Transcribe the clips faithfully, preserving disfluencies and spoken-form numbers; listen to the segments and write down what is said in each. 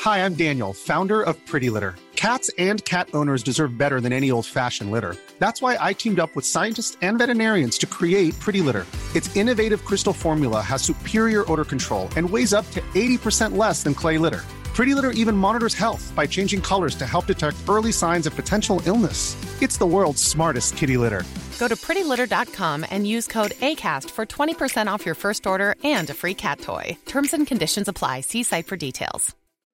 Hi, I'm Daniel, founder of Pretty Litter. Cats and cat owners deserve better than any old-fashioned litter. That's why I teamed up with scientists and veterinarians to create Pretty Litter. Its innovative crystal formula has superior odor control and weighs up to eighty percent less than clay litter. Pretty Litter even monitors health by changing colors to help detect early signs of potential illness. It's the world's smartest kitty litter. Go to pretty litter dot com and use code ACAST for twenty percent off your first order and a free cat toy. Terms and conditions apply. See site for details.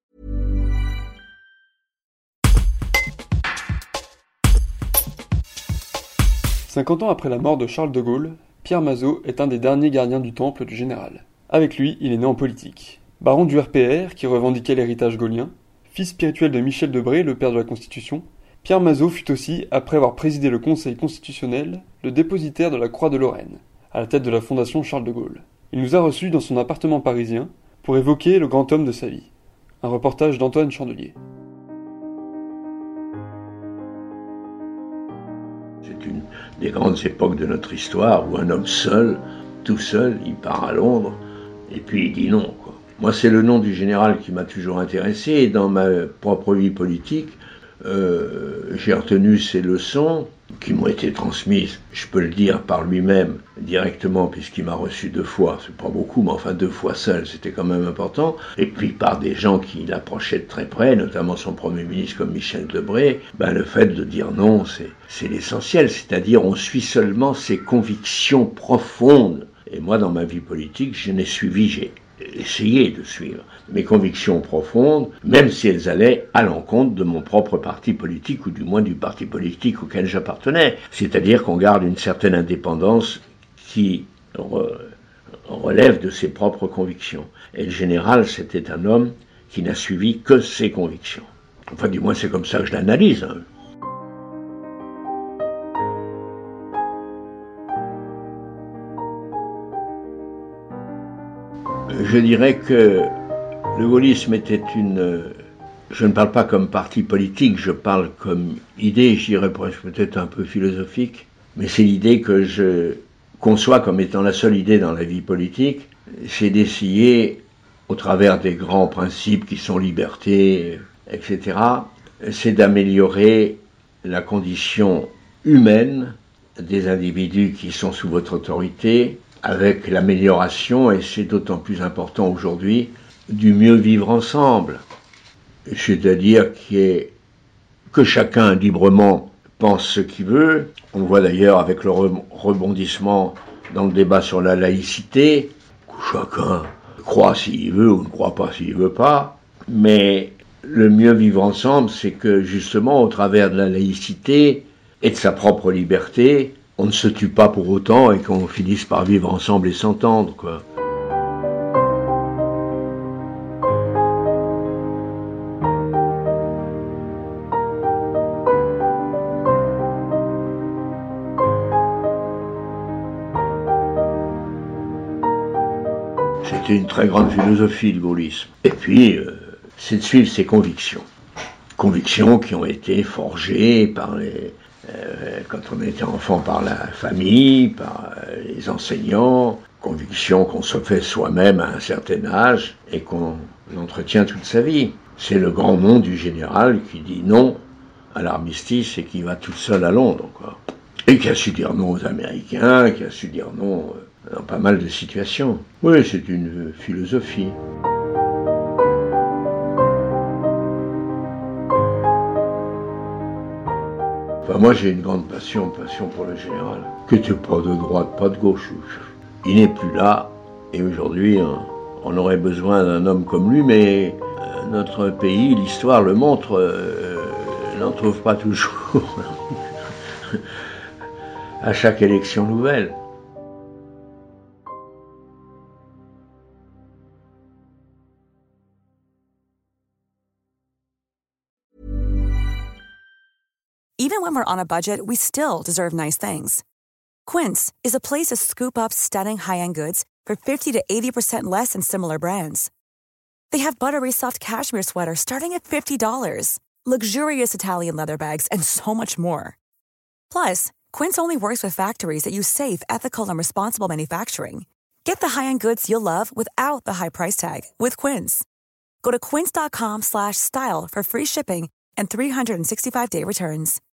cinquante ans après la mort de Charles de Gaulle, Pierre Mazeaud est un des derniers gardiens du temple du général. Avec lui, il est né en politique. Baron du R P R, qui revendiquait l'héritage gaullien, fils spirituel de Michel Debré, le père de la Constitution, Pierre Mazeaud fut aussi, après avoir présidé le Conseil constitutionnel, le dépositaire de la Croix de Lorraine, à la tête de la Fondation Charles de Gaulle. Il nous a reçus dans son appartement parisien pour évoquer le grand homme de sa vie. Un reportage d'Antoine Chandelier. C'est une des grandes époques de notre histoire où un homme seul, tout seul, il part à Londres et puis il dit non, quoi. Moi, c'est le nom du général qui m'a toujours intéressé et dans ma propre vie politique, euh, j'ai retenu ces leçons qui m'ont été transmises, je peux le dire, par lui-même directement puisqu'il m'a reçu deux fois, c'est pas beaucoup, mais enfin deux fois seul, c'était quand même important, et puis par des gens qui l'approchaient de très près, notamment son Premier ministre comme Michel Debré, ben le fait de dire non, c'est, c'est l'essentiel, c'est-à-dire on suit seulement ses convictions profondes. Et moi, dans ma vie politique, je n'ai suivi, j'ai essayé de suivre mes convictions profondes, même si elles allaient à l'encontre de mon propre parti politique, ou du moins du parti politique auquel j'appartenais. C'est-à-dire qu'on garde une certaine indépendance qui re- relève de ses propres convictions. Et le général, c'était un homme qui n'a suivi que ses convictions. Enfin, du moins, c'est comme ça que je l'analyse, hein. Je dirais que le gaullisme était une... Je ne parle pas comme parti politique, je parle comme idée, je dirais peut-être un peu philosophique, mais c'est l'idée que je conçois comme étant la seule idée dans la vie politique, c'est d'essayer, au travers des grands principes qui sont liberté, et cetera, c'est d'améliorer la condition humaine des individus qui sont sous votre autorité, avec l'amélioration, et c'est d'autant plus important aujourd'hui, du mieux vivre ensemble. C'est-à-dire qu'il y ait, que chacun librement pense ce qu'il veut. On le voit d'ailleurs avec le rebondissement dans le débat sur la laïcité, que chacun croit s'il veut ou ne croit pas s'il veut pas. Mais le mieux vivre ensemble, c'est que justement, au travers de la laïcité et de sa propre liberté, on ne se tue pas pour autant et qu'on finisse par vivre ensemble et s'entendre, quoi. C'était une très grande philosophie, le gaullisme. Et puis, euh, c'est de suivre ses convictions. Convictions qui ont été forgées par les... Euh, quand on était enfant, par la famille, par euh, les enseignants, conviction qu'on se fait soi-même à un certain âge et qu'on entretient toute sa vie. C'est le grand nom du général qui dit non à l'armistice et qui va tout seul à Londres, quoi. Et qui a su dire non aux Américains, qui a su dire non euh, dans pas mal de situations. Oui, c'est une philosophie. Enfin, moi, j'ai une grande passion, passion pour le général, qui n'était pas de droite, pas de gauche. Il n'est plus là, et aujourd'hui, on aurait besoin d'un homme comme lui, mais notre pays, l'histoire le montre, euh, n'en trouve pas toujours à chaque élection nouvelle. Even when we're on a budget, we still deserve nice things. Quince is a place to scoop up stunning high-end goods for fifty to eighty percent less than similar brands. They have buttery soft cashmere sweaters starting at fifty dollars, luxurious Italian leather bags, and so much more. Plus, Quince only works with factories that use safe, ethical, and responsible manufacturing. Get the high-end goods you'll love without the high price tag with Quince. Go to quince.com slash style for free shipping and three sixty-five day returns.